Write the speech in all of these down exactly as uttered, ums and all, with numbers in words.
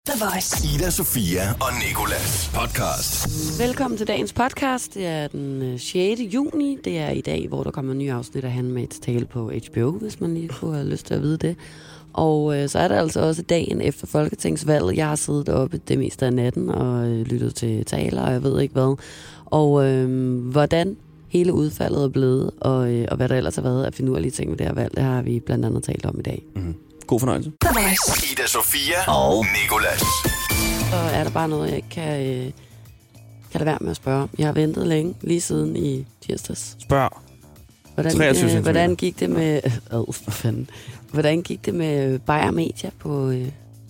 The Voice. Ida, Sofia og Nicolas podcast. Velkommen til dagens podcast. Det er den sjette juni. Det er i dag, hvor der kommer en ny afsnit af Handmaid's Tale på H B O, hvis man lige kunne have lyst til at vide det. Og øh, så er det altså også dagen efter folketingsvalget. Jeg har siddet oppe det meste af natten og øh, lyttet til taler, og jeg ved ikke hvad. Og øh, hvordan hele udfaldet er blevet, og, øh, og hvad der ellers har været af finurlige ting ved det her valg, det har vi blandt andet talt om i dag. Mm. God fornøjelse. The Voice. Ida, Sofia og Nicolas. Så er der bare noget, jeg ikke kan, øh, kan lade være med at spørge. Jeg har ventet længe, lige siden i tirsdags. Spørg. Hvordan, øh, hvordan gik det med... Øh, fanden. Hvordan gik det med Bayer Media på, øh,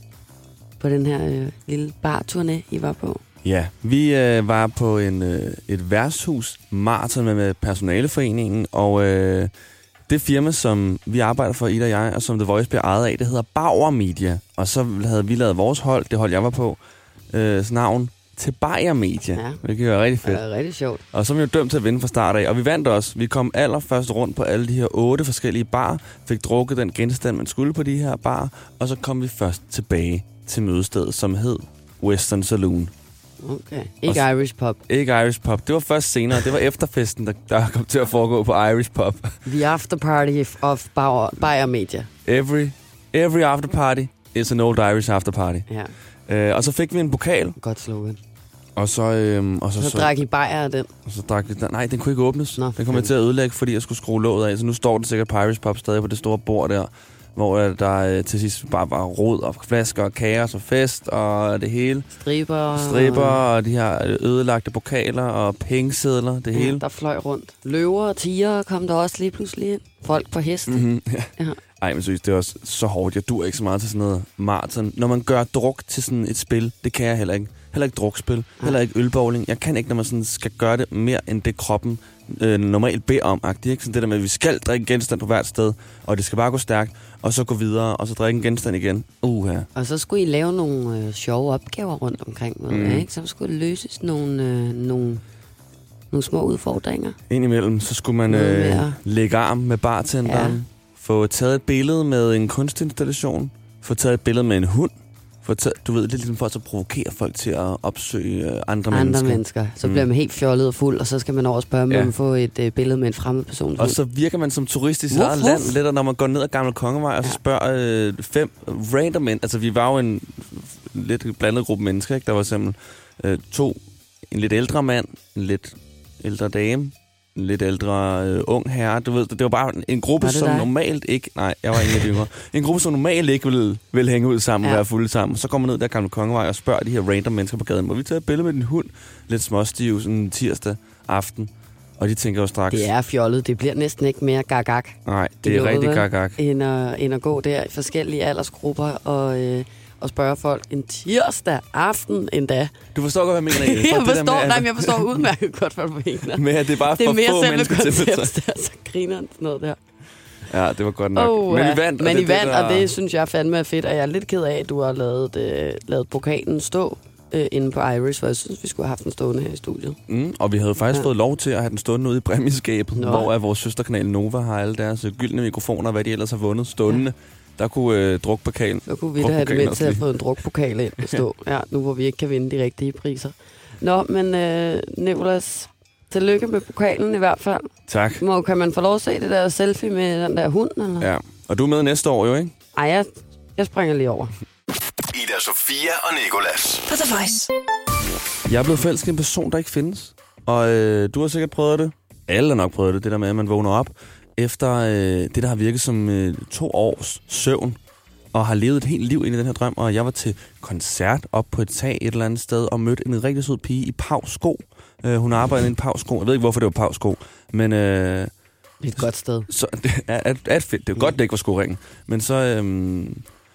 på den her øh, lille barturné, I var på? Ja, vi øh, var på en, øh, et værtshus maraton med, med personaleforeningen, og øh, det firma, som vi arbejder for, Ida og jeg, og som The Voice bliver ejet af, det hedder Bayer Media. Og så havde vi lavet vores hold, det hold jeg var på, øh, navn til Bayer Media, ja. Hvilket var rigtig fedt. Det var rigtig sjovt. Og så var vi jo dømt til at vinde fra start af, og vi vandt også. Vi kom allerførst rundt på alle de her otte forskellige barer, fik drukket den genstand, man skulle på de her barer, og så kom vi først tilbage til mødestedet, som hed Western Saloon. Okay. Ikke og, Irish Pub. Ikke Irish Pub. Det var først senere. Det var efterfesten, der, der kom til at foregå på Irish Pub. The after party of Bayer Media. Every, every after party is an old Irish after party. Ja. Øh, og så fik vi en pokal. Godt slogan. Og så... Øhm, og så, så, så drak I Bayer af den? Og så drak vi den. Nej, den kunne ikke åbnes. Nå, den kom jeg til at ødelægge, fordi jeg skulle skrue låget af. Så nu står den sikkert på Irish Pub stadig på det store bord der, hvor der øh, til sidst bare var rod og flasker og kaos og fest og det hele. Striber. Striber og de her ødelagte pokaler og pengesedler, det ja, hele. Der fløj rundt. Løver og tiger kom der også lige pludselig ind. Folk på heste. Mm-hmm, ja. Ja. Ej, men synes det er også så hårdt. Jeg dur ikke så meget til sådan noget maraton. Når man gør druk til sådan et spil, det kan jeg heller ikke. Heller ikke drukspil, heller ikke ølbowling. Jeg kan ikke, når man sådan skal gøre det mere, end det kroppen øh, normalt beder om. Ikke? Sådan det der med, at vi skal drikke en genstand på hvert sted, og det skal bare gå stærkt, og så gå videre, og så drikke en genstand igen. Uh, ja. Og så skulle I lave nogle øh, sjove opgaver rundt omkring, ved mm. ikke? Så skulle løses nogle, øh, nogle, nogle små udfordringer. Indimellem, så skulle man øh, lægge arm med bartenderen, ja. Få taget et billede med en kunstinstallation, få taget et billede med en hund, for at, du ved, det er ligesom for at provokere folk til at opsøge andre, andre mennesker. Andre mennesker. Så mm. bliver man helt fjollet og fuld, og så skal man over spørge, om ja. man får et uh, billede med en fremmed person. Og så virker man som turist i sit eget land, lidt når man går ned ad Gamle Kongevej, og ja. så spørger øh, fem random mænd. Altså, vi var jo en lidt blandet gruppe mennesker, ikke? Der var simpelthen øh, to, en lidt ældre mand, en lidt ældre dame, en lidt ældre øh, ung herre. Du ved, det var bare en gruppe, som dig? normalt ikke... Nej, jeg var ikke lidt yngre. En gruppe, som normalt ikke ville, ville hænge ud sammen og ja. være fulde sammen. Så kommer man ned der Gamle Kongevej og spørger de her random mennesker på gaden, må vi tage et billede med din hund? Lidt småstiv, sådan en tirsdag aften. Og de tænker jo straks... Det er fjollet. Det bliver næsten ikke mere gagag. Nej, det er rigtig gagag. End at, end at gå der i forskellige aldersgrupper og... Øh og spørge folk en tirsdag aften endda. Du forstår godt, hvad jeg mener. jeg forstår, med, nej, men jeg forstår udmærket godt, hvad du mener. Men det er bare det er for mere få mennesker til det. Så griner sådan noget der. Ja, det var godt nok. Oh, men ja. I vandt. Men og I vandt, og det synes jeg fandme er fedt. Og jeg er lidt ked af, at du har lavet, øh, lavet pokalen stå øh, inde på Irish, for jeg synes, vi skulle have haft den stående her i studiet. Mm, og vi havde faktisk ja. fået lov til at have den stående ude i præmieskabet, hvor vores søsterkanal Nova har alle deres gyldne mikrofoner, og hvad de ellers har vundet stående. Ja. Der kunne øh, drukpokalen... Så kunne vi da have det med til at få en drukpokal ind og stå. Ja, nu hvor vi ikke kan vinde de rigtige priser. Nå, men øh, Nicolas, tillykke med pokalen i hvert fald. Tak. Må, kan man få lov at se det der selfie med den der hund? Eller? Ja, og du er med næste år jo, ikke? Ej, jeg, jeg springer lige over. Ida, Sofia og Nicolas. For The Voice. Jeg er blevet forelsket i en person, der ikke findes. Og øh, du har sikkert prøvet det. Alle har nok prøvet det, det der med, at man vågner op efter øh, det, der har virket som øh, to års søvn, og har levet et helt liv ind i den her drøm, og jeg var til koncert op på et tag et eller andet sted, og mødte en rigtig sød pige i Pau-sko. Øh, hun arbejdede i en Pau-sko. Jeg ved ikke, hvorfor det var Pau-sko, men... Øh, det er et godt sted. Så, det er, er et fedt. Det er godt, det ikke var skoringen. Men så, øh,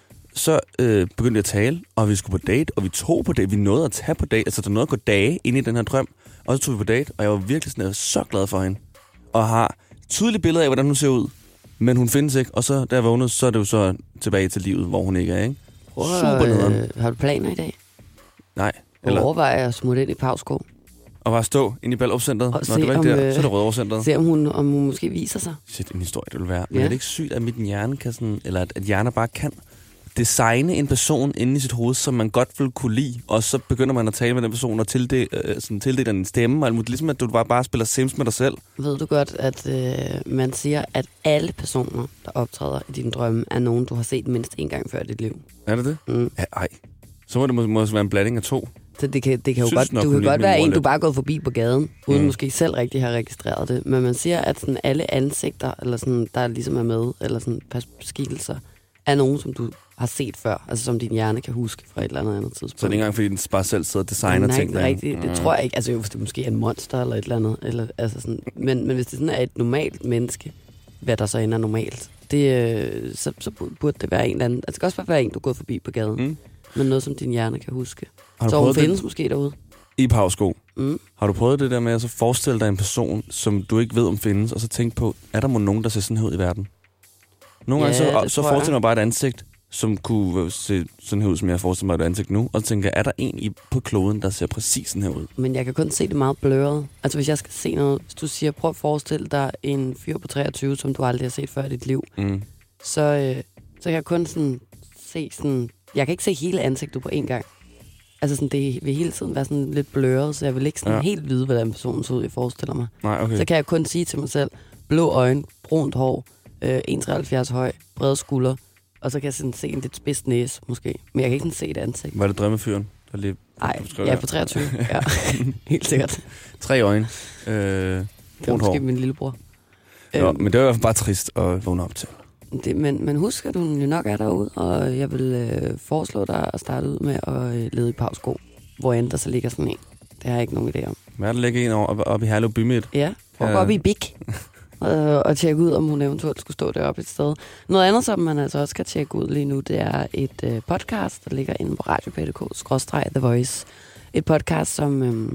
så øh, begyndte jeg at tale, og vi skulle på date, og vi tog på date. Vi nåede at tage på date. Altså, der nåede at gå dage ind i den her drøm, og så tog vi på date, og jeg var virkelig sådan, jeg var så glad for hende. Og har tydeligt billede af, hvordan hun ser ud. Men hun findes ikke, og så da jeg vågnede, så er det jo så tilbage til livet, hvor hun ikke er, ikke? Prøv, Super nederen. Øh, har du planer i dag? Nej. Eller overvejer at smutte ind i Pau-sko. Og bare stå inde i Ballerup-centret. Nå, se, det var ikke om, der. Så er det Rødovre-centret. Se, om hun, om hun måske viser sig. Shit, en historie, det vil være. Men ja. er det ikke sygt, at mit hjerne kan sådan, eller at, at hjerner bare kan designe en person inde i sit hoved, som man godt vil kunne lide, og så begynder man at tale med den person og tildele, øh, sådan, tildele en stemme, og ligesom at du bare, bare spiller Sims med dig selv. Ved du godt, at øh, man siger, at alle personer, der optræder i dine drømme, er nogen, du har set mindst en gang før i dit liv? Er det det? Mm. Ja, ej. Så må det må, måske være en blanding af to. Så det kan, det kan jo Synes godt, nok, du kan godt være en, lidt. du bare er gået forbi på gaden, uden Mm. måske selv rigtig har registreret det. Men man siger, at sådan alle ansigter, eller sådan, der ligesom er med, eller sådan skikkelser, er nogen, som du har set før. Altså som din hjerne kan huske fra et eller andet andet tidspunkt. Så det er ikke engang, fordi den bare selv sidder og designer ting. Nej, rigtigt. Det tror jeg ikke. Altså jo, hvis det måske er en monster eller et eller andet. Eller, altså sådan. Men, men hvis det sådan er et normalt menneske, hvad der så end er normalt, det, øh, så, så burde det være en eller anden. Altså det kan også bare være en, du er gået forbi på gaden. Mm. Men noget, som din hjerne kan huske. Så hun findes det? Måske derude. I Pausko. Mm. Har du prøvet det der med at så forestille dig en person, som du ikke ved om findes, og så tænke på, er der må nogen, der ser sådan her ud i verden? Nogle ja, gange så, så forestiller jeg mig bare et ansigt, som kunne se sådan her ud, som jeg forestiller mig et ansigt nu, og så tænker jeg, er der en i, på kloden, der ser præcis sådan her ud? Men jeg kan kun se det meget bløret. Altså hvis jeg skal se noget, hvis du siger, prøv at forestille dig en fyr på treogtyve, som du aldrig har set før i dit liv, mm. så, øh, så kan jeg kun sådan se sådan, jeg kan ikke se hele ansigtet på én gang. Altså sådan, det vil hele tiden være sådan lidt bløret, så jeg vil ikke sådan ja. helt vide, hvordan personen så ud, jeg forestiller mig. Nej, okay. Så kan jeg kun sige til mig selv, blå øjne, brunt hår, øh, en komma treoghalvfjerds høj, brede skuldre, og så kan jeg sådan se en lidt spids næse, måske. Men jeg kan ikke sådan se et ansigt. Var det drømmefyren, der lige... Nej, jeg er på treogtyve, ja. Helt sikkert. Tre øjne, øh, det var måske min lillebror. Nå, øhm, men det var i hvert fald bare trist at vågne op til. Det, men, men husk, at du jo nok er derude, og jeg vil øh, foreslå dig at starte ud med at øh, lede i Pausko, hvor end der så ligger sådan en. Det har jeg ikke nogen idé om. Hvad er der ligger en over op, op i Herlev Bymidt? Ja, prøv at gå op i Big og, og tjekke ud, om hun eventuelt skulle stå deroppe et sted. Noget andet, som man altså også kan tjekke ud lige nu, det er et øh, podcast, der ligger inde på radio punktum d k skråstreg The Voice. Et podcast, som... Øh,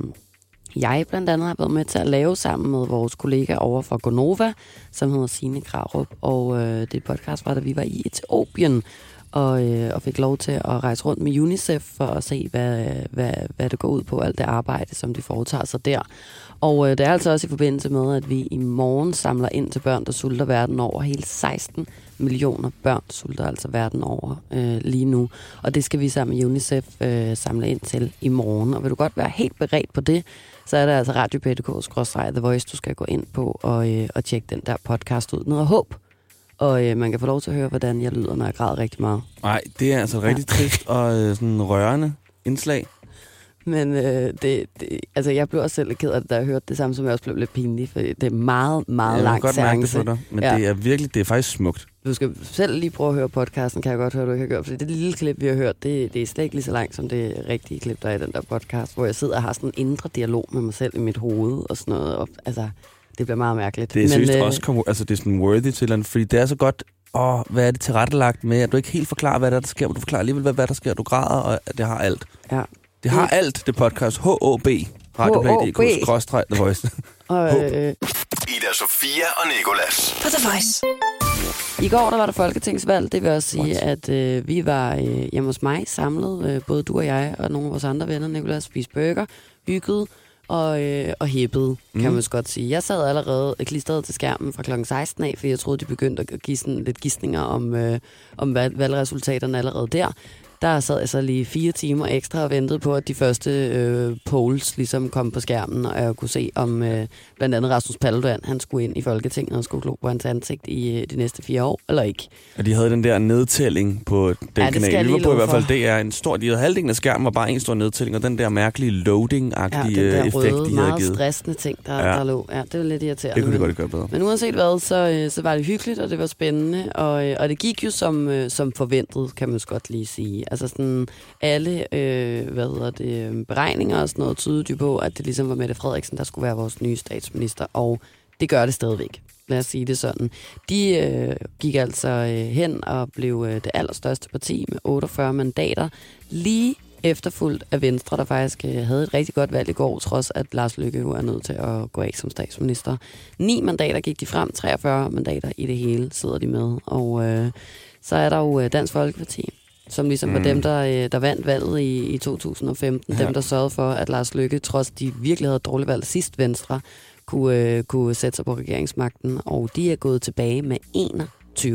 jeg blandt andet har været med til at lave sammen med vores kollega over fra Gonova, som hedder Signe Krarup, og øh, det podcast var, da vi var i Etiopien, og, øh, og fik lov til at rejse rundt med UNICEF for at se, hvad, hvad, hvad det går ud på, alt det arbejde, som de foretager sig der. Og øh, det er altså også i forbindelse med, at vi i morgen samler ind til børn, der sulter verden over. Hele seksten millioner børn sulter altså verden over øh, lige nu. Og det skal vi sammen med UNICEF øh, samle ind til i morgen. Og vil du godt være helt beredt på det, så er der altså radio punktum d k skråstreg The Voice, du skal gå ind på og, øh, og tjekke den der podcast ud. Noget håb. Og øh, man kan få lov til at høre, hvordan jeg lyder, når jeg græder rigtig meget. Nej, det er altså rigtig ja. trist og øh, sådan rørende indslag. Men øh, det, det, altså, jeg blev også selv lidt ked af det, da jeg hørte det samme, som jeg også blev lidt pinlig, for det er meget, meget lang seance. Jeg kan godt mærke det på dig, men ja. det er virkelig, det er faktisk smukt. Du skal selv lige prøve at høre podcasten, kan jeg godt høre, du ikke har gjort, for det lille klip, vi har hørt, det, det er slet ikke lige så langt som det rigtige klip, der er i den der podcast, hvor jeg sidder og har sådan en indre dialog med mig selv i mit hoved og sådan noget. Og, altså, det bliver meget mærkeligt. Det er seriøst øh, også kom, altså, det er sådan worthy til eller andet, fordi det er så godt, åh, hvad er det tilrettelagt med, at du ikke helt forklarer, hvad der, der sker, men du forklarer alligevel, hvad, hvad der sker, du græder, og det har alt. Ja. Det har mm. alt, det podcast. H O B radio punktum d k skråstreg The Voice. Og, øh, Ida Sofia og Nicolas. For The Voice. I går der var der folketingsvalg. Det vil også sige, What? at øh, vi var øh, hjemme hos mig samlet, øh, både du og jeg og nogle af vores andre venner, Nicolas, spiste burger, hyggede og, øh, og hæppede, mm. kan man godt sige. Jeg sad allerede klistret til skærmen fra klokken seksten af, fordi jeg troede, de begyndte at give sådan lidt gidsninger om, øh, om valg- valgresultaterne allerede der. Der sad jeg så lige fire timer ekstra og ventede på, at de første øh, polls ligesom kom på skærmen, og jeg kunne se, om øh, blandt andet Rasmus Paludan, han skulle ind i Folketinget og skulle glo på hans ansigt i øh, de næste fire år, eller ikke. Og de havde den der nedtælling på den ja, kanal. Vi var på i hvert fald, det er en stor... De havde halvdelen af skærmen var bare en stor nedtælling, og den der mærkelige loading-agtige ja, effekt, røde, de havde givet. meget stressende ting, der, ja. der lå. Ja, det var lidt irriterende. Det kunne de godt gøre bedre. Men uanset hvad, så, så var det hyggeligt, og det var spændende, og, og det gik jo som, som forventet, kan man godt lige sige. Altså sådan alle øh, hvad hedder det, beregninger og sådan noget tydede jo på, at det ligesom var Mette Frederiksen, der skulle være vores nye statsminister, og det gør det stadigvæk. Lad os sige det sådan. De øh, gik altså øh, hen og blev øh, det allerstørste parti med otteogfyrre mandater, lige efterfulgt af Venstre, der faktisk øh, havde et rigtig godt valg i går, trods at Lars Løkke jo er nødt til at gå af som statsminister. Ni mandater gik de frem, treogfyrre mandater i det hele sidder de med, og øh, så er der jo øh, Dansk Folkeparti, som ligesom mm. var dem, der, der vandt valget i, i to tusind og femten. Ja. Dem, der sørgede for, at Lars Løkke, trods de virkelig havde dårligt valg sidst Venstre, kunne, øh, kunne sætte sig på regeringsmagten. Og de er gået tilbage med enogtyve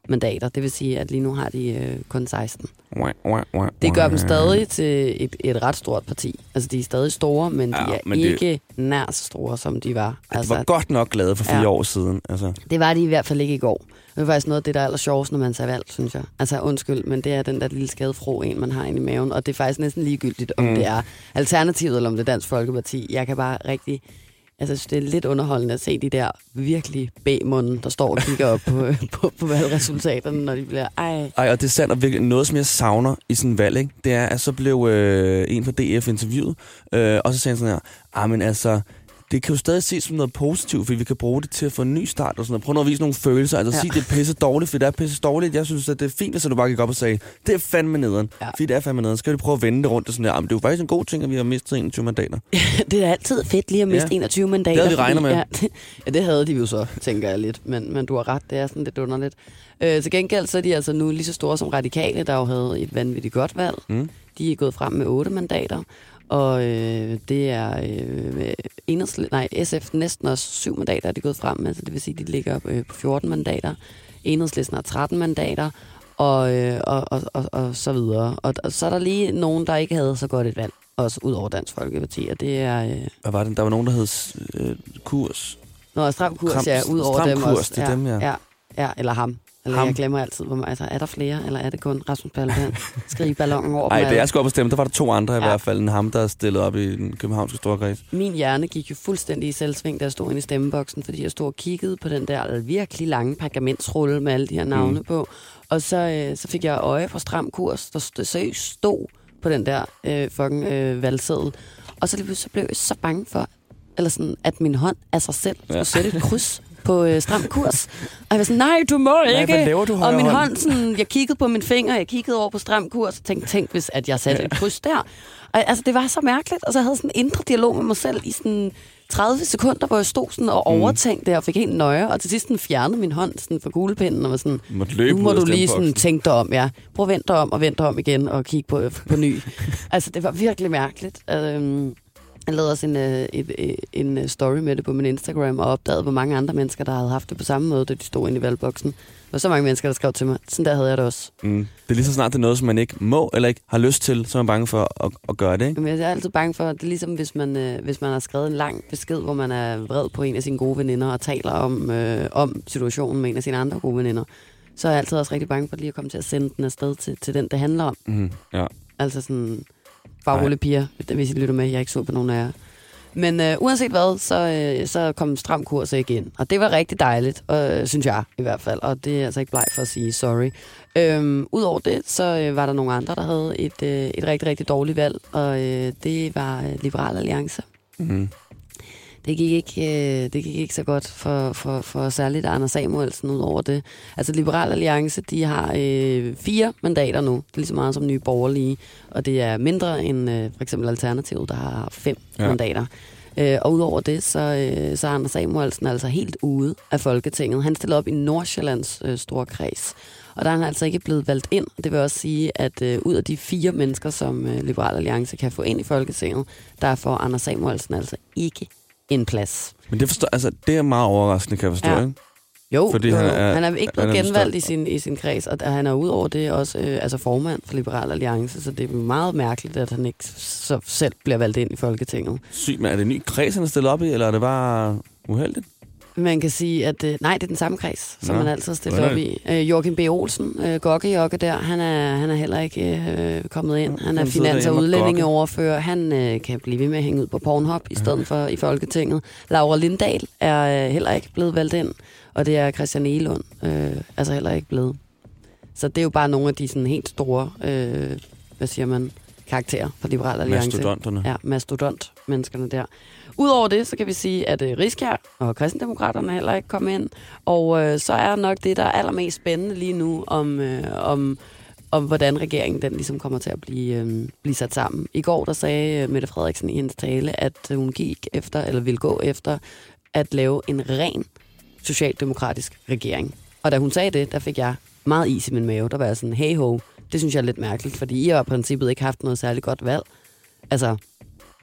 mandater. Det vil sige, at lige nu har de øh, kun seksten. Wah, wah, wah, det gør dem stadig til et, et ret stort parti. Altså, de er stadig store, men ja, de er men ikke det... nær så store, som de var. Ja, altså, de var godt nok glade for fire ja. år siden. Altså. Det var de i hvert fald ikke i går. Det er faktisk noget af det, der er aller sjovest, når man tager valg, synes jeg. Altså, undskyld, men det er den der lille skadefro en, man har inde i maven. Og det er faktisk næsten ligegyldigt, om mm. det er Alternativet eller om det er Dansk Folkeparti. Jeg kan bare rigtig... Altså, det er lidt underholdende at se de der virkelig B-munden, der står og kigger op på, på, på valgresultaterne, når de bliver... Ej. Ej, og det er sandt, og virkelig noget, som jeg savner i sådan en valg, ikke? Det er, at så blev øh, en fra D F interviewet, øh, og så sagde han sådan her, ah, men altså... Det kan jo stadig ses som noget positivt, fordi vi kan bruge det til at få en ny start og sådan noget. Prøv nu at vise nogle følelser. Altså ja. Sige, det er pisse dårligt, fordi det er pisse dårligt. Jeg synes, at det er fint, hvis du bare gik op og sagde, det er fandme nederen. Ja. Fordi det er fandme nederen. Så skal vi prøve at vende det rundt og sådan der. Men det er jo faktisk en god ting, at vi har mistet enogtyve mandater. Det er altid fedt lige at miste ja. enogtyve mandater. Det havde vi regnet med. Ja det, ja, det havde de jo så, tænker jeg lidt. Men, men du har ret, det er sådan lidt underligt. Øh, til gengæld så er de altså nu lige så store som Radikale, der jo havde et vanvittigt godt valg. Mm. De er gået frem med otte mandater. Og øh, det er øh, enhedsl- nej, S F næsten også syv mandater, er de gået frem med, så det vil sige, at de ligger øh, på fjorten mandater. Enhedslisten har tretten mandater, og, øh, og, og, og, og så videre. Og, og så er der lige nogen, der ikke havde så godt et valg, også ud over Dansk Folkeparti, og det er... Øh... Hvad var det? Der var nogen, der hed øh, Kurs. Nå, Stram Kurs, Kram, ja, ud over dem kurs, også. Det er ja, dem, ja. ja. Ja, eller ham. Eller ham. Jeg glemmer altid, hvor altså, er der flere, eller er det kun Rasmus Paludan? Skrige ballonen over Nej, det jeg skulle op og stemme, der var der to andre i ja. hvert fald, end ham, der stillede op i den københavnske storkreds. Min hjerne gik jo fuldstændig i selvsving, da jeg stod inde i stemmeboksen, fordi jeg stod og kiggede på den der virkelig lange pergamentsrulle med alle de her navne mm. på. Og så, øh, så fik jeg øje på Stram Kurs, der seriøst stod på den der øh, fucking øh, valgseddel. Og så, så blev jeg så bange for, eller sådan, at min hånd af sig selv skulle ja. sætte et kryds på øh, Stram Kurs. Og jeg var sådan, nej, du må nej, ikke. Hvad laver du, og min hånd? hånd, sådan, jeg kiggede på min finger, jeg kiggede over på Stram Kurs, og tænkte, tænk, hvis at jeg satte ja. et kryds der. Og, altså, det var så mærkeligt, og så havde jeg sådan en indre dialog med mig selv i sådan tredive sekunder, hvor jeg stod sådan og overtænkte det, og fik helt nøje, og til sidst sådan fjernede min hånd sådan fra kuglepinden, og var sådan, nu må du lige sådan tænke dig om, ja. Prøv at vente dig om, og vente dig om igen, og kigge på, på ny. Altså, det var virkelig mærkeligt. Øhm, Jeg lavede også en, en, en story med det på min Instagram, og opdagede, hvor mange andre mennesker, der havde haft det på samme måde, da de stod inde i valgboksen. Der var så mange mennesker, der skrev til mig. Sådan der havde jeg det også. Mm. Det er lige så snart, det er noget, som man ikke må eller ikke har lyst til, så er man bange for at, at gøre det, ikke? Jamen, jeg er altid bange for, det er ligesom, hvis man, øh, hvis man har skrevet en lang besked, hvor man er vred på en af sine gode veninder, og taler om, øh, om situationen med en af sine andre gode veninder. Så er jeg altid også rigtig bange for lige at komme til at sende den afsted til, til den, det handler om. Mm. Ja. Altså sådan, farverulle piger, hvis I lytter med, jeg er ikke så på nogen af jer. Men øh, uanset hvad, så, øh, så kom Stram Kurs igen. Og det var rigtig dejligt, øh, synes jeg i hvert fald. Og det er altså ikke bleg for at sige sorry. Øhm, Udover det, så øh, var der nogle andre, der havde et, øh, et rigtig, rigtig dårligt valg. Og øh, det var øh, Liberal Alliance. Mm. Det gik ikke, øh, det gik ikke så godt for, for, for særligt Anders Samuelsen ud over det. Altså Liberal Alliance, de har øh, fire mandater nu. Det er lige så meget som Nye Borgerlige. Og det er mindre end øh, for eksempel Alternativet, der har fem ja. mandater. Øh, og udover det, så, øh, så er Anders Samuelsen altså helt ude af Folketinget. Han stiller op i Nordsjællands øh, store kreds. Og der er han altså ikke blevet valgt ind. Det vil også sige, at øh, ud af de fire mennesker, som øh, Liberal Alliance kan få ind i Folketinget, der får Anders Samuelsen altså ikke en plads. Men det, forstår, altså, det er meget overraskende, kan jeg forstå, ja. ikke? Jo, Fordi jo, han er, han er ikke blevet er genvalgt i sin, i sin kreds, og han er udover det også øh, altså formand for Liberal Alliance, så det er meget mærkeligt, at han ikke så selv bliver valgt ind i Folketinget. Sygt, men er det en ny kreds, han er stillet op i, eller er det bare uheldigt? Man kan sige, at øh, nej, det er den samme kreds, som ja. man altid har stillet op i. Øh, Joachim B. Olsen, øh, Gokkejokke der, han er, han er heller ikke øh, kommet ind. Han er finans- og udlændingeoverfører. Han øh, kan blive ved med at hænge ud på Pornhub i stedet ja. for i Folketinget. Laura Lindahl er øh, heller ikke blevet valgt ind, og det er Christian Egelund øh, altså heller ikke blevet. Så det er jo bare nogle af de sådan helt store, øh, hvad siger man, karakterer fra Liberal Alliance. Mastodonterne. Ja, mastodont-menneskerne der. Udover det, så kan vi sige, at uh, Riskjær og Kristendemokraterne heller ikke kom ind. Og uh, så er nok det, der er allermest spændende lige nu, om, uh, om, om hvordan regeringen den ligesom kommer til at blive, um, blive sat sammen. I går der sagde uh, Mette Frederiksen i hendes tale, at uh, hun gik efter, eller ville gå efter, at lave en ren socialdemokratisk regering. Og da hun sagde det, der fik jeg meget is i min mave. Der var jeg sådan, hey ho, det synes jeg er lidt mærkeligt, fordi I har i princippet ikke haft noget særligt godt valg. Altså,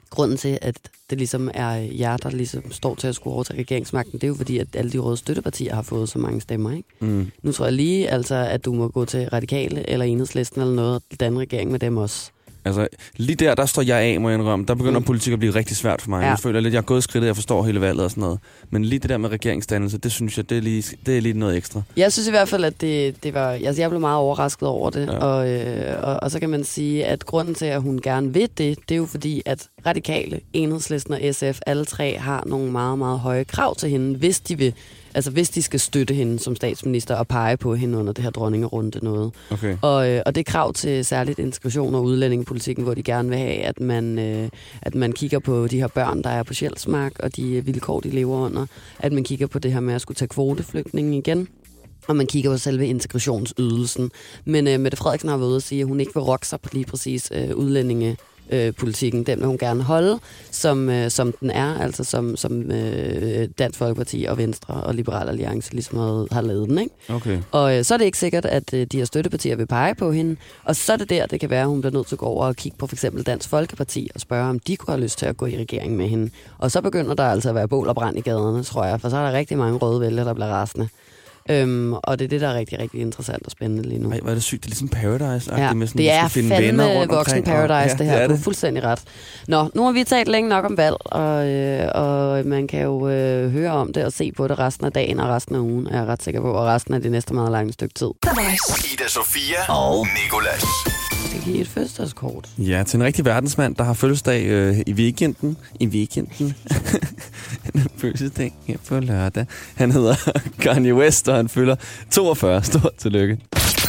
grunden til, at det ligesom er jer, der ligesom står til at skulle overtage regeringsmagten, det er jo fordi, at alle de røde støttepartier har fået så mange stemmer, ikke? Mm. Nu tror jeg lige, altså, at du må gå til Radikale eller Enhedslisten eller noget, og danne regering med dem også. Altså, lige der, der står jeg af, må jeg indrømme. Der begynder mm. politik at blive rigtig svært for mig. Ja. Jeg føler lidt, jeg har gået skridtet, jeg forstår hele valget og sådan noget. Men lige det der med regeringsdannelse, det synes jeg, det er lige, det er lige noget ekstra. Jeg synes i hvert fald, at det, det var... Altså, jeg blev meget overrasket over det. Ja. Og, øh, og, og så kan man sige, at grunden til, at hun gerne vil det, det er jo fordi, at Radikale, Enhedslisten og S F, alle tre har nogle meget, meget høje krav til hende, hvis de vil... Altså hvis de skal støtte hende som statsminister og pege på hende under det her dronningerunde noget. Okay. Og, øh, og det er krav til særligt integration og udlændingepolitikken, hvor de gerne vil have, at man, øh, at man kigger på de her børn, der er på Sjælsmark, og de vilkår, de lever under. At man kigger på det her med at skulle tage kvoteflygtninge igen. Og man kigger på selve integrationsydelsen. Men øh, Mette Frederiksen har været ude at sige, at hun ikke vil rokke sig på lige præcis øh, udlændinge. Øh, politikken, den vil hun gerne holde, som, øh, som den er, altså som, som øh, Dansk Folkeparti og Venstre og Liberal Alliance ligesom har, har lavet den, ikke? Okay. Og øh, så er det ikke sikkert, at øh, de her støttepartier vil pege på hende, og så er det der, det kan være, at hun bliver nødt til at gå over og kigge på for eksempel Dansk Folkeparti og spørge, om de kunne have lyst til at gå i regering med hende. Og så begynder der altså at være bål og brand i gaderne, tror jeg, for så er der rigtig mange røde vælgere, der bliver rasende. Øhm, og det er det, der er rigtig, rigtig interessant og spændende lige nu. Ej, hvor er det sygt. Det er ligesom Paradise. Ja, med sådan, det er fandme voksen Paradise, ja, det her. Det er du er fuldstændig ret. Nå, nu har vi talt længe nok om valg, og, øh, og man kan jo øh, høre om det og se på det resten af dagen og resten af ugen, er jeg ret sikker på, og resten af det næste meget lange stykke tid. Ida Sofia og Nicolas. Det giver et fødselsdagskort. Ja, til en rigtig verdensmand, der har fødselsdag øh, i weekenden. I weekenden. Han har fødselsdag her på lørdag. Han hedder Kanye West, og han fylder toogfyrre. Stort tillykke.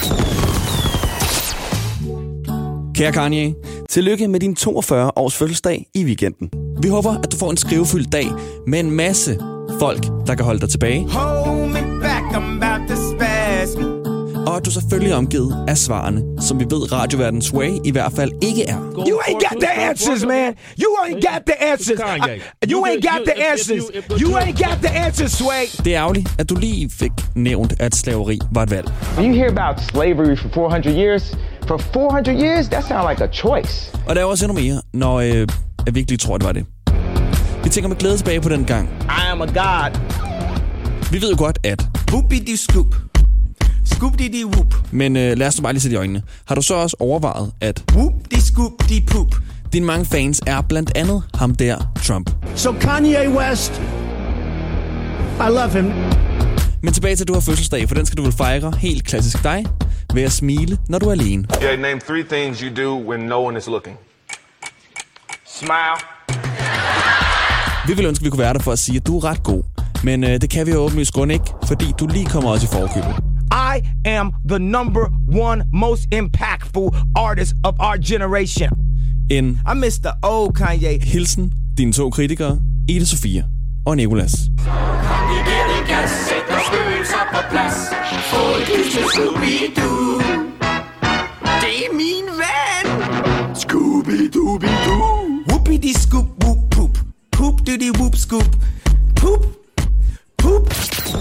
Kære Kanye, tillykke med din toogfyrre års fødselsdag i weekenden. Vi håber, at du får en skrivefyldt dag med en masse folk, der kan holde dig tilbage. Hold me back, I'm about to spasm. Og at du selvfølgelig er omgivet af svarene, som vi ved radioverdens way i hvert fald ikke er. You ain't got the answers, man. You ain't got the answers. I, you ain't got the answers. You ain't got the answers, Sway. Det er ærgerligt, at du lige fik nævnt, at slaveri var et valg. You hear about slavery for four hundred years. For four hundred years, that sounds like a choice. Og der er også endnu mere, når øh, jeg virkelig tror, det var det. Vi tænker med glæde tilbage på den gang. I am a god. Vi ved jo godt, at... Whoopity-scoop. Scoop-di-di-whoop. Men øh, lad os nu bare lige sætte i øjnene. Har du så også overvejet, at... Whoop-di-scoop-di-poop. Dine mange fans er blandt andet ham der, Trump. So Kanye West, I love him. Men tilbage til, at du har fødselsdag, for den skal du vel fejre helt klassisk dig, ved at smile, når du er alene. Yeah, name three things you do when no one is looking. Smile. Vi vil ønske, at vi kunne være der for at sige, at du er ret god. Men øh, det kan vi jo åbenlyst grund ikke, fordi du lige kommer også i forkøbet. I am the number one most impactful artist of our generation. En I miss the old Kanye. Hilsen, dine to kritikere, Ida Sofia og Nicolas. Så kom vi virkelig gas, sæt os spøgelser på plads. Få et lys til Scooby-Doo. Det er min ven. Scooby-Dooby-Doo. Whoopity-scoop, whoop-poop. Poop-diddy-whoop-scoop. Poop. Poop.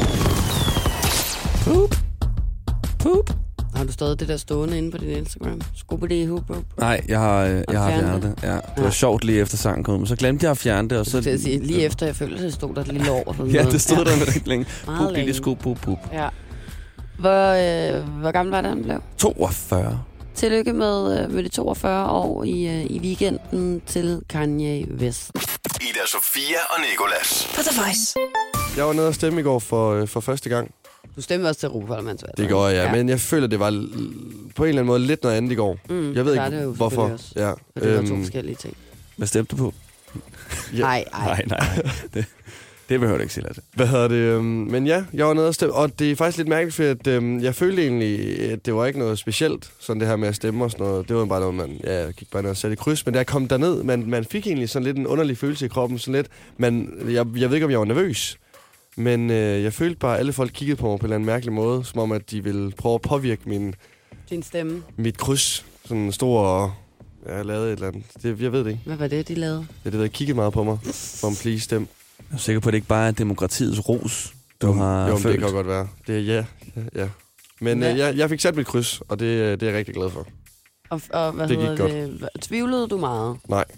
Poop. Poop. Har du stadig det der stående inde på din Instagram? Scooby Hoop Hoop? Nej, jeg har, jeg har fjernet det. Ja, det var ja. sjovt lige efter sangen kom, men så glemte jeg at fjerne det. Og så, det sige, lige efter jeg følte, det stod der et lille år. Ja, det stod ja. der med rigtig længe. Poop, lille scoop, poop, poop. Ja. Hvor, øh, hvor gammel var det, han blev? toogfyrre. Tillykke med, med de toogfyrre år i, øh, i weekenden til Kanye West. Ida Sofia og Nicolas. For The Voice. Jeg var nede og stemme i går for, for første gang. Du stemte også til Europaparlamentsvalget. Det går jeg, ja. Men jeg føler, det var på en eller anden måde lidt noget andet i går. Mm, jeg ved ikke, det hvorfor. Også. Ja. Og det var to øhm, forskellige ting. Hvad stemte du på? Ja. Nej, nej. nej, nej. Det, det behøver du ikke sige, Lasse. Hvad hedder det? Øhm, men ja, jeg var nede og stemme. Og det er faktisk lidt mærkeligt, for at, øhm, jeg følte egentlig, at det var ikke noget specielt, sådan det her med at stemme og sådan noget. Det var bare noget, man ja, jeg gik bare ned og satte i kryds. Men da jeg kom derned, man, man fik egentlig sådan lidt en underlig følelse i kroppen. Sådan lidt, man, jeg, jeg ved ikke, om jeg var nervøs. Men øh, jeg følte bare, at alle folk kiggede på mig på en eller anden mærkelig måde, som om, at de ville prøve at påvirke min... Din stemme? Mit kryds. Sådan en stor... Ja, jeg lavede et eller andet. Det, jeg ved det ikke. Hvad var det, de lavede? Det er det, der kiggede meget på mig. For en please stemme. Jeg er sikker på, at det ikke bare er demokratiets ros, du jo, har jo, følt. det kan godt være. Det er ja. ja, ja. Men øh, jeg, jeg fik sat mit kryds, og det, det er jeg rigtig glad for. Og, og hvad det hedder det? Tvivlede du meget? Nej.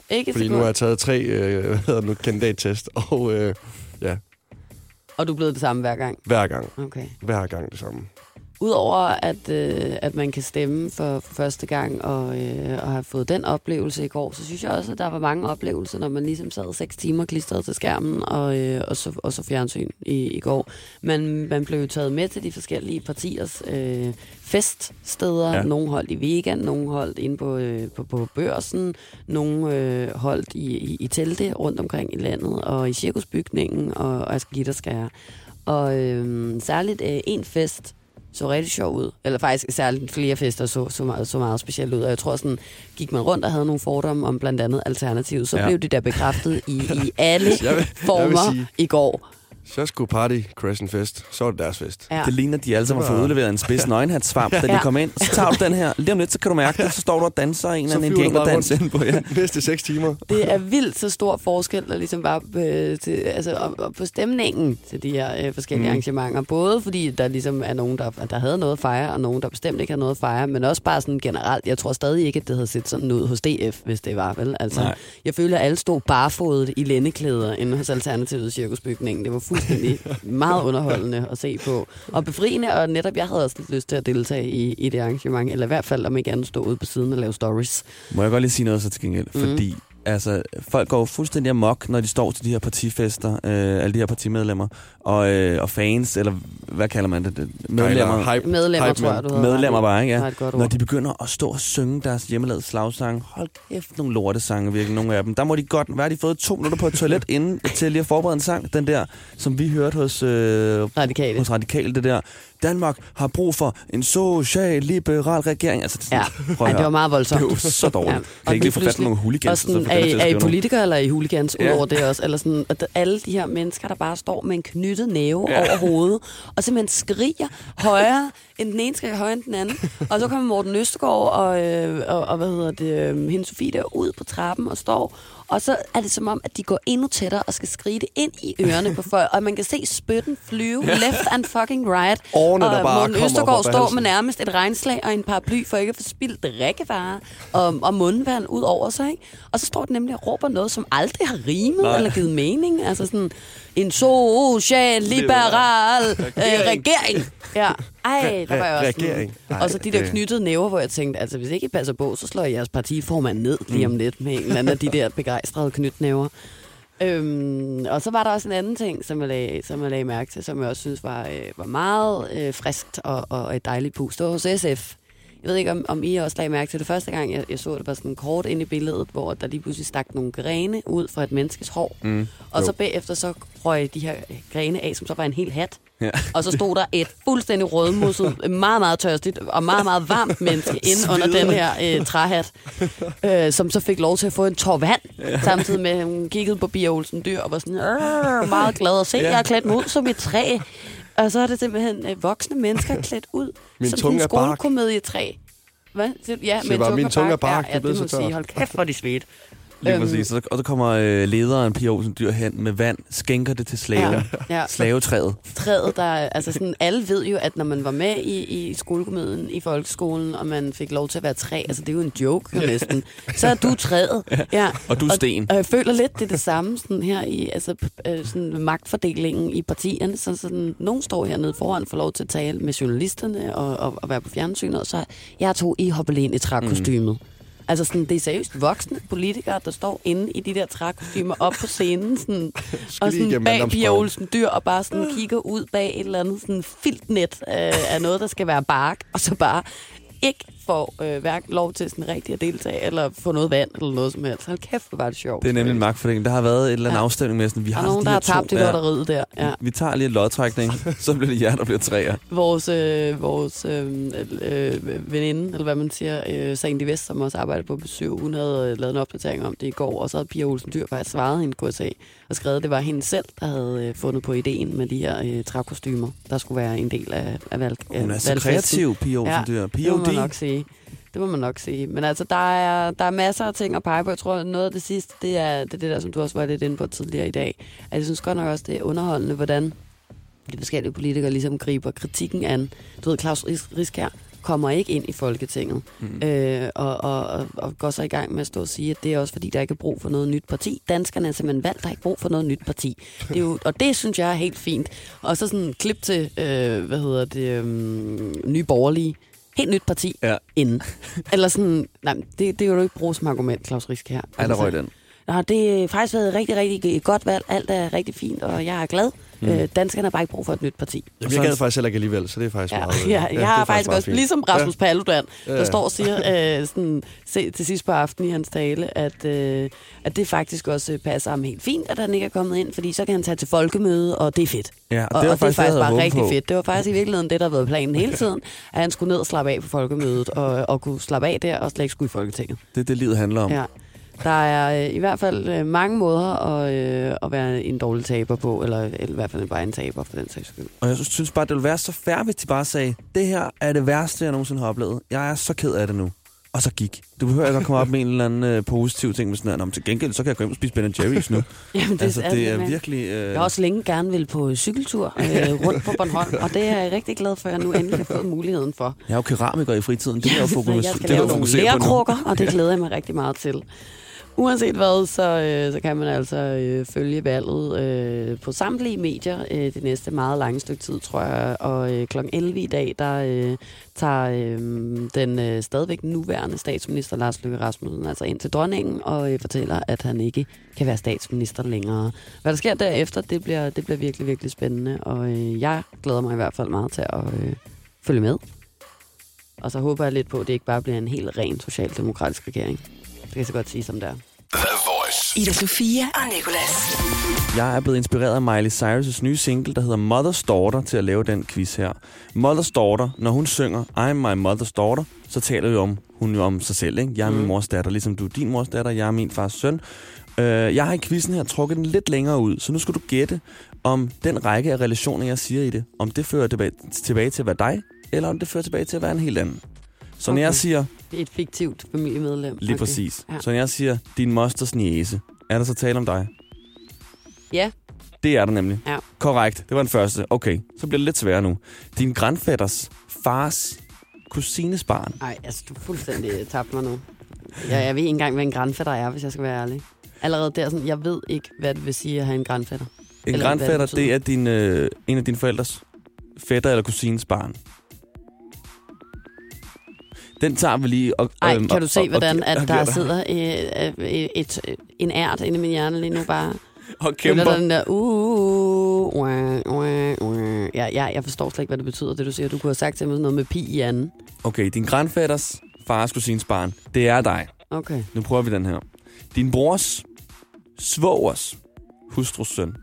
Ikke Fordi nu har jeg taget tre øh, hvad hedder det nu, kandidattest, og øh, ja. Og du er blevet det samme hver gang? Hver gang. Okay. Hver gang det samme. Udover at, øh, at man kan stemme for, for første gang og, øh, og har fået den oplevelse i går, så synes jeg også, at der var mange oplevelser, når man ligesom sad seks timer klistret til skærmen og, øh, og, så, og så fjernsyn i, i går. Man, man blev jo taget med til de forskellige partiers øh, feststeder. Ja. Nogle holdt i Vegan, nogle holdt inde på, øh, på, på Børsen, nogle øh, holdt i, i, i telte rundt omkring i landet og i cirkusbygningen og, og jeg skal give dig skære. Og øh, særligt øh, en fest så rigtig sjov ud. Eller faktisk særligt flere fester så, så, meget, så meget specielt ud. Og jeg tror sådan, gik man rundt og havde nogle fordomme om blandt andet Alternativet, så ja. blev det der bekræftet i, i alle vil, former sige, i går. Så skulle party Crescent Fest. Så var det deres fest. Ja. Det ligner, at de alle sammen har fået udleveret en spids nøgenhatsvamp, da ja. de kom ind. Så tager du den her. Lige om lidt, så kan du mærke det. Så står du og danser en eller anden indianerdans ind på. Ja. Næste seks timer. Det er vildt så stor forskel, der ligesom var øh, til, altså, og, og på stemningen til de her øh, forskellige mm. arrangementer. Både fordi der ligesom er nogen, der, der havde noget at fejre, og nogen, der bestemt ikke havde noget at fejre, men også bare sådan generelt. Jeg tror stadig ikke, at det havde set sådan ud hos D F, hvis det var, vel? Altså, Nej. Jeg føler, at alle stod barefodet i lændeklæder inde hos Alternativet cirkusbygningen. Det var fuldstændig meget underholdende at se på. Og befriende, og netop jeg havde også lidt lyst til at deltage i, i det arrangement, eller i hvert fald om ikke andet stå ude på siden og lave stories. Må jeg godt lige sige noget så til gengæld? Mm. Fordi altså, folk går fuldstændig amok, når de står til de her partifester, øh, alle de her partimedlemmer, og, øh, og fans, eller hvad kalder man det? Medlemmer, hype, medlemmer hype, tror jeg, du hedder. Medlemmer bare, ikke? Ja. Når de begynder at stå og synge deres hjemmelavede slagsange, hold kæft, nogle lortesange, virkelig, nogle af dem. Der må de godt, hvad har de fået to minutter på et toilet inden til lige at forberede en sang? Den der, som vi hørte hos, øh, Radikale. hos Radikale, det der. Danmark har brug for en social-liberal regering. Altså, det, ja, ja det var meget voldsomt. Det var så dårligt. Ja. Kan ikke lige få fat nogle hooligans. Sådan, er, er I politikere eller er I hooligans ja. Udover det også? Eller sådan, at alle de her mennesker, der bare står med en knyttet næve ja. Over hovedet, og simpelthen skriger højere end den ene, skriger højere end den anden. Og så kommer Morten Østergaard og, øh, og, og hvad hedder det, hende Sofie der ud på trappen og står. Og så er det som om, at de går endnu tættere og skal skrige det ind i ørerne på folk. Og man kan se spytten flyve left and fucking right. Årene, og Morten Østergaard står med nærmest et regnslag og en paraply for ikke at få spildt drikkevarer og, og mundvand ud over sig. Ikke? Og så står det nemlig og råber noget, som aldrig har rimet Nej. Eller givet mening. Altså sådan en social-liberal øh, regering. Ja. Ej, der var jeg også sådan. Og så de der knyttede næver, hvor jeg tænkte, altså hvis ikke I passer på, så slår jeg jeres partiformand ned lige om lidt med en eller anden af de der begejstrede knytnæver. Øhm, og så var der også en anden ting, som jeg lagde, som jeg lagde mærke til, som jeg også synes var, øh, var meget øh, friskt og, og et dejligt pust. Det var hos S F. Jeg ved ikke, om, om I også lagde mærke til det første gang, jeg, jeg så det var sådan kort ind i billedet, hvor der lige pludselig stak nogle grene ud fra et menneskes hår. Mm, og jo. Så bagefter så røg de her grene af, som så var en hel hat. Ja. Og så stod der et fuldstændig rødmusset, meget, meget tørstigt og meget, meget varmt menneske inde under den her øh, træhat, øh, som så fik lov til at få en tår vand, ja. Samtidig med, at hun kiggede på Pia Olsen Dyhr og var sådan meget glad at se, ja. Jeg er klædt mig ud som et træ. Og så er det simpelthen øh, voksne mennesker klædt ud min som en skolekomedietræ. Hvad? Ja, så var min tunge er bark. Ja, ja, det må sige. Hold kæft, hvor de svedt. Lige præcis. Og så kommer øh, lederen Pia Olsen Dyhr hen med vand, skænker det til slaven. Ja. Ja. Slavetræet. Træet, der altså sådan, alle ved jo, at når man var med i, i skolekomedien i folkeskolen, og man fik lov til at være træ, altså det er jo en joke jo næsten, så er du træet. Ja. Og du er sten. Og, og jeg føler lidt, det er det samme sådan her i altså, sådan magtfordelingen i partierne. Så sådan, nogen står hernede foran, får lov til at tale med journalisterne og, og, og være på fjernsynet, og så jeg tog I hoppet ind i trækostymet. Mm. Altså sådan, det er seriøst voksne politikere, der står inde i de der trækostymer op på scenen, sådan, og sådan bag Pia Olsen Dyhr, og bare sådan kigger ud bag et eller andet sådan filtnet øh, af noget, der skal være bark, og så bare ikke får øh, hverken lov til sådan rigtig at deltage, eller få noget vand, eller noget som helst. Hold kæft, hvor var det sjovt. Det er nemlig en magtfordeling. Der har været et eller andet ja. Afstemning med sådan, vi og har nogen, der har tabt i lotteriet der. Ja. Vi, vi tager lige en lodtrækning, så bliver det jer, der bliver træer. Vores, øh, vores øh, øh, veninde, eller hvad man siger, øh, Sandy Vest, som også arbejder på besøg, hun havde øh, lavet en opdatering om det i går, og så havde Pia Olsen Dyhr faktisk svaret hende K S A, og skrevet, at det var hende selv, der havde øh, fundet på ideen med de her øh, trækostymer, der skulle være en del af, af valg. Øh, hun er så kreativ, Pia Olsen Dyhr. Ja, det må man nok sige. Det må man nok sige. Men altså, der er, der er masser af ting at pege på. Jeg tror, noget af det sidste, det er det, er det der, som du også var lidt inde på tidligere i dag. Altså, jeg synes godt nok også, det er underholdende, hvordan de forskellige politikere ligesom griber kritikken an. Du ved, Claus Riskær kommer ikke ind i Folketinget. Mm. Øh, og, og, og, og går så i gang med at stå og sige, at det er også fordi, der ikke er brug for noget nyt parti. Danskerne er simpelthen valgt, der er ikke brug for noget nyt parti. Det er jo, og det synes jeg er helt fint. Og så sådan en klip til, øh, hvad hedder det, øh, Nye Borgerlige. Helt nyt parti ja. inden. Eller sådan, nej, det, det er jo ikke brugt som argument, Claus Riske her. Ej, der røg den. Nå, det har faktisk været rigtig, rigtig et godt valg. Alt er rigtig fint, og jeg er glad. Mm. Øh, danskerne har bare ikke brug for et nyt parti. Jeg gad faktisk heller ikke alligevel, så det er faktisk ja, meget... Ja, jeg ja, har faktisk, faktisk også, fint. Ligesom Rasmus ja. Paludan, der ja, ja. står og siger øh, sådan, se, til sidst på aftenen i hans tale, at, øh, at det faktisk også passer ham helt fint, at han ikke er kommet ind, fordi så kan han tage til folkemøde, og det er fedt. Ja, og, og det, og det er faktisk bare rigtig på. fedt. Det var faktisk i virkeligheden det, der har været planen hele tiden, at han skulle ned og slappe af på folkemødet, og, og kunne slappe af der, og slet ikke skulle i Folketinget. Det er det, livet handler om. Ja. Der er øh, i hvert fald øh, mange måder at, øh, at være en dårlig taber på, eller, eller i hvert fald bare en taber for den sags skyld. Og jeg synes bare, det ville være så fair, hvis de bare sagde, det her er det værste, jeg nogensinde har oplevet. Jeg er så ked af det nu. Og så gik. Du behøver ikke at komme op med en eller anden øh, positiv ting med sådan, om til gengæld, så kan jeg gå hjem og spise Ben and Jerry's nu. Jamen, det, altså, det er virkelig... Øh... Jeg har også længe gerne vil på cykeltur øh, rundt på Bornholm, og det er jeg rigtig glad for, at jeg nu endelig har fået muligheden for. Jeg er jo keramiker i fritiden. Det er jo fokus, jeg skal lave nogle lærkrukker, og det glæder jeg mig rigtig meget til. Uanset hvad, så, øh, så kan man altså øh, følge valget øh, på samtlige medier øh, det næste meget lange stykke tid, tror jeg. Og øh, klokken elleve i dag, der øh, tager øh, den øh, stadigvæk nuværende statsminister Lars Løkke Rasmussen altså ind til dronningen og øh, fortæller, at han ikke kan være statsminister længere. Hvad der sker derefter, det bliver, det bliver virkelig, virkelig spændende. Og øh, jeg glæder mig i hvert fald meget til at øh, følge med. Og så håber jeg lidt på, at det ikke bare bliver en helt ren socialdemokratisk regering. Det kan jeg så godt sige, som det er. The Voice. Ida Sofia og Nicolas. Jeg er blevet inspireret af Miley Cyrus' nye single, der hedder Mother's Daughter, til at lave den quiz her. Mother's Daughter, når hun synger I'm my mother's daughter, så taler vi om, hun jo om sig selv, ikke? Jeg er min mm. mors datter, ligesom du er din mors datter, jeg er min fars søn. Uh, jeg har i quizzen her trukket den lidt længere ud, så nu skal du gætte, om den række af relationer, jeg siger i det, om det fører tilbage, tilbage til at være dig, eller om det fører tilbage til at være en helt anden. Så okay. Når jeg siger... Et fiktivt familiemedlem. Lige okay. præcis. Ja. Så når jeg siger, din mosters niece, er der så tale om dig? Ja. Det er der nemlig. Ja. Korrekt. Det var den første. Okay, så bliver det lidt sværere nu. Din grandfætters fars kusines barn. Nej, altså du fuldstændig tabt mig nu. Jeg, jeg ved ikke engang, hvad en grandfætter er, hvis jeg skal være ærlig. Allerede der, sådan, jeg ved ikke, hvad det vil sige at have en grandfætter. En eller grandfætter, det, det er din, øh, en af dine forældres fætter eller kusines barn. Den tager vi lige... Og, Ej, øhm, kan du se, og, hvordan og, at og, der og, sidder et, et, et, en ært inde i min hjerne lige nu bare... Og kæmper. Eller den der... Uh, uh, uh, uh. Ja, ja, jeg forstår slet ikke, hvad det betyder, det du siger. Du kunne have sagt til mig sådan noget med pi i anden. Okay, din grandfætters fars kusines barn, det er dig. Okay. Nu prøver vi den her. Din brors svogers hustrus søn.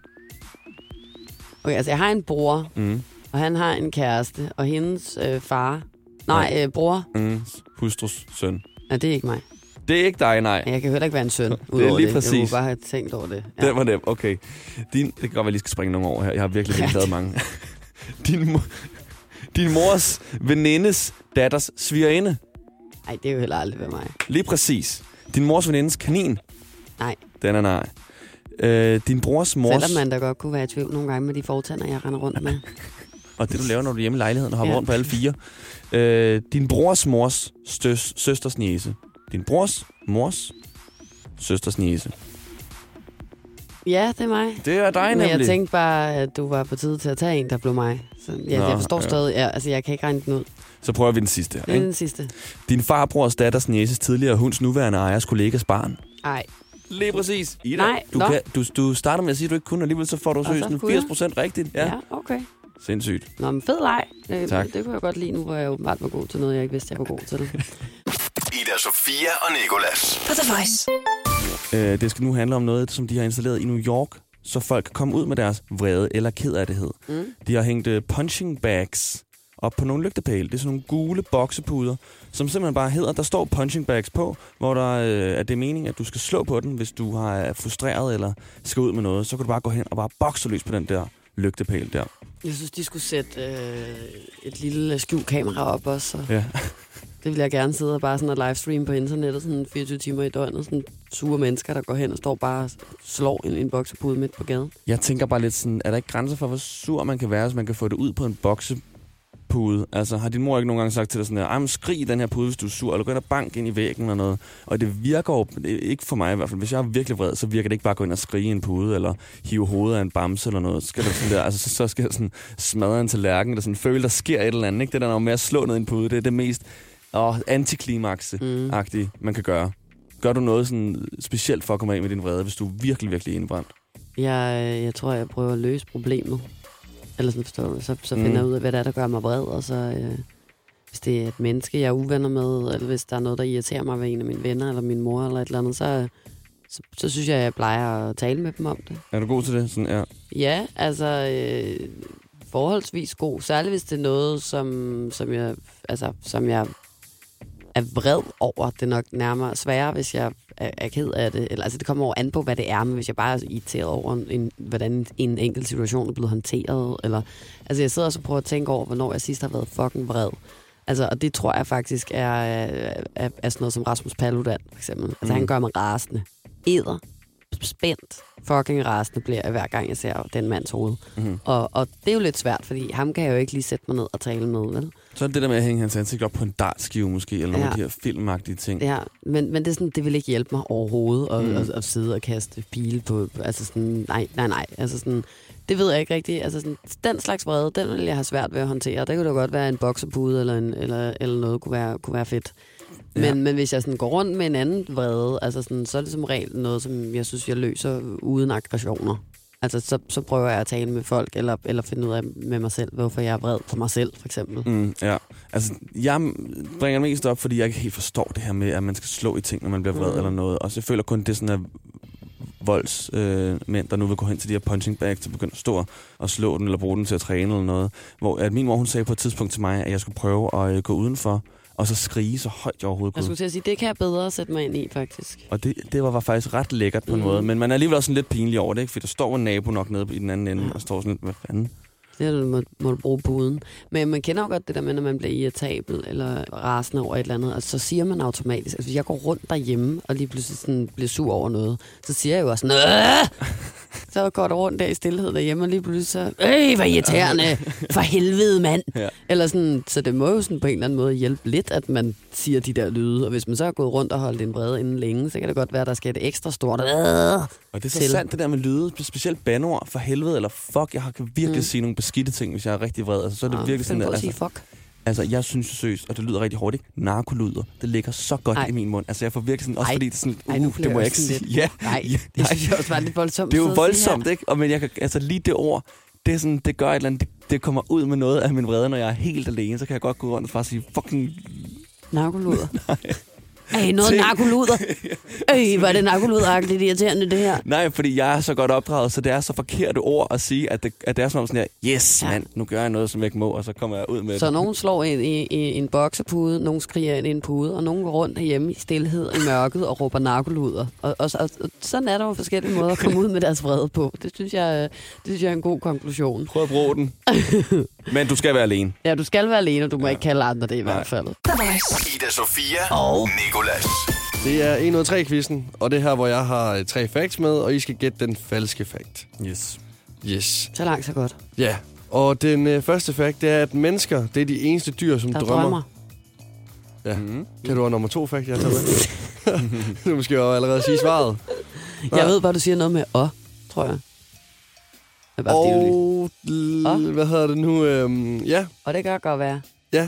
Okay, altså jeg har en bror, mm. og han har en kæreste, og hendes øh, far... Nej, øh, bror. Mm. Hustrus søn. Ja, det er ikke mig. Det er ikke dig, nej. Jeg kan heller ikke være en søn. Det er lige det. Præcis. Jeg må bare have tænkt over det. Ja. Det var det, okay. Din, det kan godt være, jeg lige skal springe nogle år her. Jeg har virkelig virkelig taget mange. din, din mors venindes datters svigerinde. Nej, det er jo heller aldrig ved mig. Lige præcis. Din mors venindes kanin. Nej. Den er nej. Øh, din brors mors... Selvom man da godt kunne være i tvivl nogle gange med de fortænder, jeg render rundt med. Og det, du laver, når du er hjemme i lejligheden og hopper ja. rundt på alle fire. Øh, din brors mors støs, søsters niece. Din brors mors søsters niece. Ja, det er mig. Det er dig nemlig. Men jeg tænkte bare, at du var på tide til at tage en, der blev mig. Så ja, Nå, jeg forstår ja. stadig. Ja, altså, jeg kan ikke regne den ud. Så prøver vi den sidste her. Det er ikke? Den sidste. Din farbrors datters nieces tidligere hunds nuværende ejers kollegas barn. Nej. Lige præcis. Ida, Nej, du, kan, du, du starter med at sige, at du ikke kunne, og alligevel så får du søgt firs procent rigtigt. Ja, ja okay. Sindssygt. Nå, men fed leg. Det, tak. Det kunne jeg godt lide nu, hvor jeg åbenbart var god til noget, jeg ikke vidste, jeg var god til. Ida Sofia og Nicolas. For The Voice. Øh, det skal nu handle om noget, som de har installeret i New York, så folk kan komme ud med deres vrede eller kedattighed. Mm. De har hængt uh, punching bags op på nogle lygtepæle. Det er sådan nogle gule boksepuder, som simpelthen bare hedder, der står punching bags på, hvor der øh, er det meningen, at du skal slå på den, hvis du har er frustreret eller skal ud med noget. Så kan du bare gå hen og bare bokse løs på den der lygtepæl der. Jeg synes, de skulle sætte øh, et lille skjult kamera op også. Ja. Det vil jeg gerne sidde og bare sådan og livestream på internettet, sådan fireogtyve timer i døgnet. Sådan sure mennesker, der går hen og står bare og slår en, en boksepude midt på gaden. Jeg tænker bare lidt sådan, er der ikke grænser for, hvor sur man kan være, hvis man kan få det ud på en bokse pude. Altså, har din mor ikke nogen gange sagt til dig sådan her, ej, men skrig i den her pude, hvis du er sur, eller gå ind og bank ind i væggen eller noget. Og det virker jo, ikke for mig i hvert fald, hvis jeg er virkelig vred, så virker det ikke bare at gå ind og skrige i en pude, eller hive hovedet af en bamse eller noget. Skal det sådan der, altså, så, så skal jeg sådan smadre en tallerken, eller sådan føle, der sker et eller andet. Ikke? Det der med at slå ned i en pude, det er det mest åh, antiklimaks-agtige, mm. man kan gøre. Gør du noget sådan specielt for at komme af med din vrede, hvis du er virkelig, virkelig indbrændt? Jeg, jeg tror, jeg prøver at løse problemet. Eller sådan forstår du. Så, så finder jeg mm. ud af, hvad det er, der gør mig vred. Og så, øh, hvis det er et menneske, jeg er uvenner med, eller hvis der er noget, der irriterer mig ved en af mine venner, eller min mor, eller et eller andet, så, så, så synes jeg, jeg plejer at tale med dem om det. Er du god til det? Sådan, ja. Ja, altså øh, forholdsvis god. Særligt hvis det er noget, som, som, jeg, altså, som jeg er vred over. Det er nok nærmere sværere, hvis jeg er, er ked af det. Eller, altså, det kommer over an på, hvad det er, men hvis jeg bare er irriteret over, en, hvordan en enkelt situation er blevet håndteret. Eller, altså, jeg sidder også og prøver at tænke over, hvornår jeg sidst har været fucking vred. Altså, og det tror jeg faktisk er, er, er, er sådan noget som Rasmus Paludan, for eksempel. Altså, mm. han gør mig rasende. Eder. Spændt. Fucking rasende bliver jeg, hver gang jeg ser den mands hoved. Mm. Og, og det er jo lidt svært, fordi ham kan jeg jo ikke lige sætte mig ned og tale med, vel? Så er det det der med at hænge hans ansigt op på en dartskive måske, eller nogle ja. af de her filmagtige ting. Ja, men, men det, er sådan, det vil ikke hjælpe mig overhovedet at, mm. at, at sidde og kaste pile på, altså sådan, nej, nej, nej, altså sådan, det ved jeg ikke rigtigt, altså sådan, den slags vrede, den vil jeg have svært ved at håndtere. Det kunne da godt være en boksepude, eller, en, eller, eller noget kunne være, kunne være fedt. Men, ja. men hvis jeg sådan går rundt med en anden vrede, altså sådan, så er det som regel noget, som jeg synes, jeg løser uden aggressioner. Altså, så, så prøver jeg at tale med folk, eller, eller finde ud af med mig selv, hvorfor jeg er vred på mig selv, for eksempel. Mm, ja, altså, jeg bringer det mest op, fordi jeg ikke helt forstår det her med, at man skal slå i ting, når man bliver vred mm. eller noget. Og så jeg føler kun, det er sådan, at voldsmænd, øh, der nu vil gå hen til de her punching bags, til at begynde at stå og slå den, eller bruge den til at træne eller noget. Hvor at min mor, hun sagde på et tidspunkt til mig, at jeg skulle prøve at øh, gå udenfor, og så skrige så højt jeg overhovedet kunne. Jeg skulle til at sige, det kan jeg bedre sætte mig ind i, faktisk. Og det, det var, var faktisk ret lækkert på en mm. måde, men man er alligevel også sådan lidt pinlig over det, ikke? Fordi der står en nabo nok nede i den anden ende, ja. og står sådan lidt, hvad fanden? Det må, må du bruge puden. Men man kender jo godt det der med, når man bliver irritabel eller rasende over et eller andet, og så siger man automatisk, altså hvis jeg går rundt derhjemme og lige pludselig sådan bliver sur over noget, så siger jeg jo også sådan, så går der rundt der i stillhed derhjemme, og lige pludselig så, øh, hvor irriterende, for helvede, mand. Ja. Eller sådan, så det må jo sådan på en eller anden måde hjælpe lidt, at man siger de der lyde, og hvis man så har gået rundt og holdt en vrede inden længe, så kan det godt være, at der skal et ekstra stort øh, og det er så til. Sandt, det der med lyde, specielt bandeord, for helvede, eller fuck, jeg kan virkelig mm. sige nogle beskidte ting, hvis jeg er rigtig vred. Altså, så er det ja, virkelig sådan, at, altså, fuck. Altså, jeg synes seriøst, og det lyder rigtig hårdt, ikke? Narkoluder, det ligger så godt Ej. i min mund. Altså, jeg får virkelig sådan, også Ej. fordi det er sådan, uh, Ej, det må jeg ikke sige. Ja, Nej, ja, det synes jeg også var lidt voldsomt. Det er jo voldsomt, ikke? Og men jeg kan, altså lige det ord, det er sådan, det gør et eller andet, det, det kommer ud med noget af min vrede, når jeg er helt alene, så kan jeg godt gå rundt og bare sige, fucking... Narkoluder. Nej. Ej, noget narkoluder. Øj, hvor er det narkoluderagtigt irriterende, det her. Nej, fordi jeg er så godt opdraget, så det er så forkerte ord at sige, at det, at det er som sådan her, yes, ja. mand, nu gør jeg noget, som jeg ikke må, og så kommer jeg ud med så det. Så nogen slår ind i, i en boksepude, nogen skriger ind i en pude, og nogen går rundt hjemme i stilhed i mørket og råber narkoluder. Og, og, og, og sådan er der jo forskellige måder at komme ud med deres vrede på. Det synes jeg, det synes jeg er en god konklusion. Prøv at bruge den. Men du skal være alene. Ja, du skal være alene, og du må ja. ikke kalde andre det i Nej. hvert fald. Ida Sofia og Nicolas. Det er en ud af tre quizzen, og det er her, hvor jeg har tre facts med, og I skal gætte den falske fact. Yes. Yes. Så langt, så godt. Ja, og den øh, første fact, det er, at mennesker, det er de eneste dyr, som der drømmer. drømmer. Ja. Mm-hmm. Kan du have nummer to fact, jeg tager med? Du måske jo allerede sige svaret. Jeg ja. ved bare, du siger noget med åh, tror jeg. jeg bare og l- hvad hedder det nu? Øhm, ja. Og det kan godt være. Ja.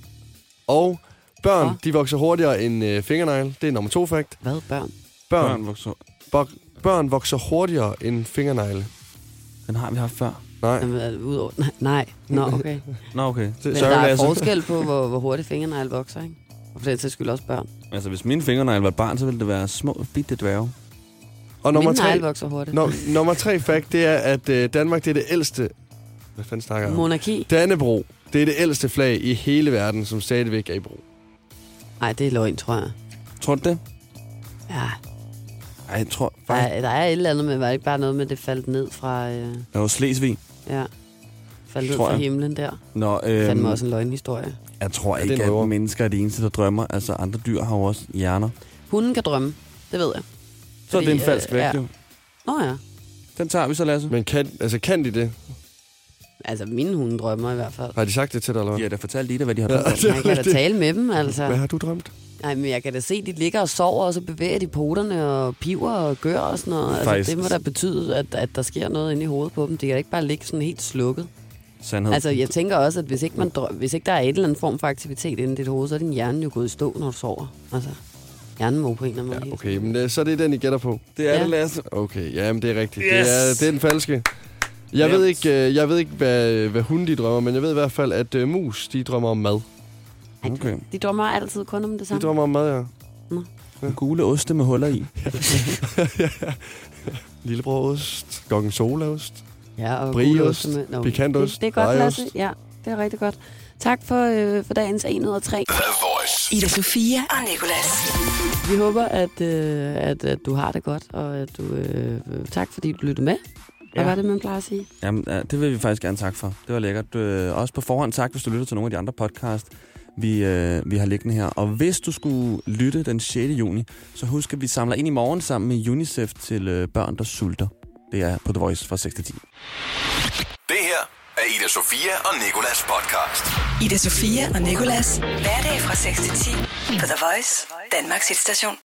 Og børn, oh. de vokser hurtigere end øh, fingernegle. Det er nummer to fact. Hvad? Børn? Børn, børn, vokser... Bo- børn vokser hurtigere end fingernegle. Den har vi haft før. Nej. Jamen, er det udover... Nej. Nå, okay. Nå, okay. Det, Men Sorry, der er Lasse. forskel på, hvor, hvor hurtigt fingernegle vokser, ikke? Og for den sags skyld også børn. Altså, hvis min fingernegle var et barn, så ville det være små, bitte dværge. Og nummer min tre, negle vokser hurtigt. No, nummer tre fact, det er, at øh, Danmark, det er det ældste... Hvad fanden snakker jeg om? Monarki. Dannebrog. Det er det ældste flag i hele verden, som stadigvæk er i brug. Nej, det er løgn, tror jeg. Tror du det? Ja. Ej, jeg tror der, er, der er et eller andet med, var det ikke bare noget med, det faldt ned fra... Øh... Det var Slesvig. Ja. Faldt ned fra himlen der. Nå, øhm, det fandt mig også en løgnhistorie. Jeg tror ikke, at mennesker er de eneste, der drømmer. Altså, andre dyr har jo også hjerner. Hunden kan drømme, det ved jeg. Så Fordi, det er en falsk vægt, øh, ja. jo. Nå ja. Den tager vi så, Lasse. Men kan, altså, kan de det? Altså, mine hunde drømmer i hvert fald. Har de sagt det til dig, eller hvad? De har da fortalt lige det, hvad de har drømt. Ja, man kan da tale med dem, altså. Hvad har du drømt? Nej, men jeg kan da se, at de ligger og sover, og så bevæger de poterne og piver og gør og sådan noget. Altså, Faktisk. det må da betyde, at, at der sker noget inde i hovedet på dem. Det kan da ikke bare ligge sådan helt slukket. Sandhed. Altså, jeg tænker også, at hvis ikke, man drø- hvis ikke der er et eller andet form for aktivitet inde i dit hoved, så er din hjerne jo gået i stå, når du sover. Altså, hjernen må på en eller anden måde. Ja, okay, men det, så er det den, I gætter på. Det er Ja. det, Lasse. Okay, ja, men det er rigtigt. Yes. Det, er, det er den falske. Jeg Nemt. ved ikke, øh, jeg ved ikke hvad, hvad hunde de drømmer, men jeg ved i hvert fald, at uh, mus, de drømmer om mad. Okay. De drømmer altid kun om det De samme. drømmer om mad, ja. Ja. Gule oste med huller i. Lillebrorost, gorgonzolaost, Ja, og brieost, gule ost med- Nå, pikantost, Det, det er godt, rejeost. Lasse. Ja, det er rigtig godt. Tak for, øh, for dagens en ud af tre. The Voice. Ida Sofia og Nicolas. Vi håber, at, øh, at, at du har det godt, og at du, øh, tak fordi du lyttede med. Hvad Ja. var det, man plejer at sige? Jamen, ja, det vil vi faktisk gerne takke for. Det var lækkert. Øh, også på forhånd tak, hvis du lytter til nogle af de andre podcast, vi, øh, vi har liggende her. Og hvis du skulle lytte den sjette juni, så husk, at vi samler ind i morgen sammen med UNICEF til øh, børn, der sulter. Det er på The Voice fra seks til ti. Det her er Ida Sofia og Nicolas podcast. Ida Sofia og Nicolas. Hverdag fra seks til ti på The Voice, Danmarks hitstation.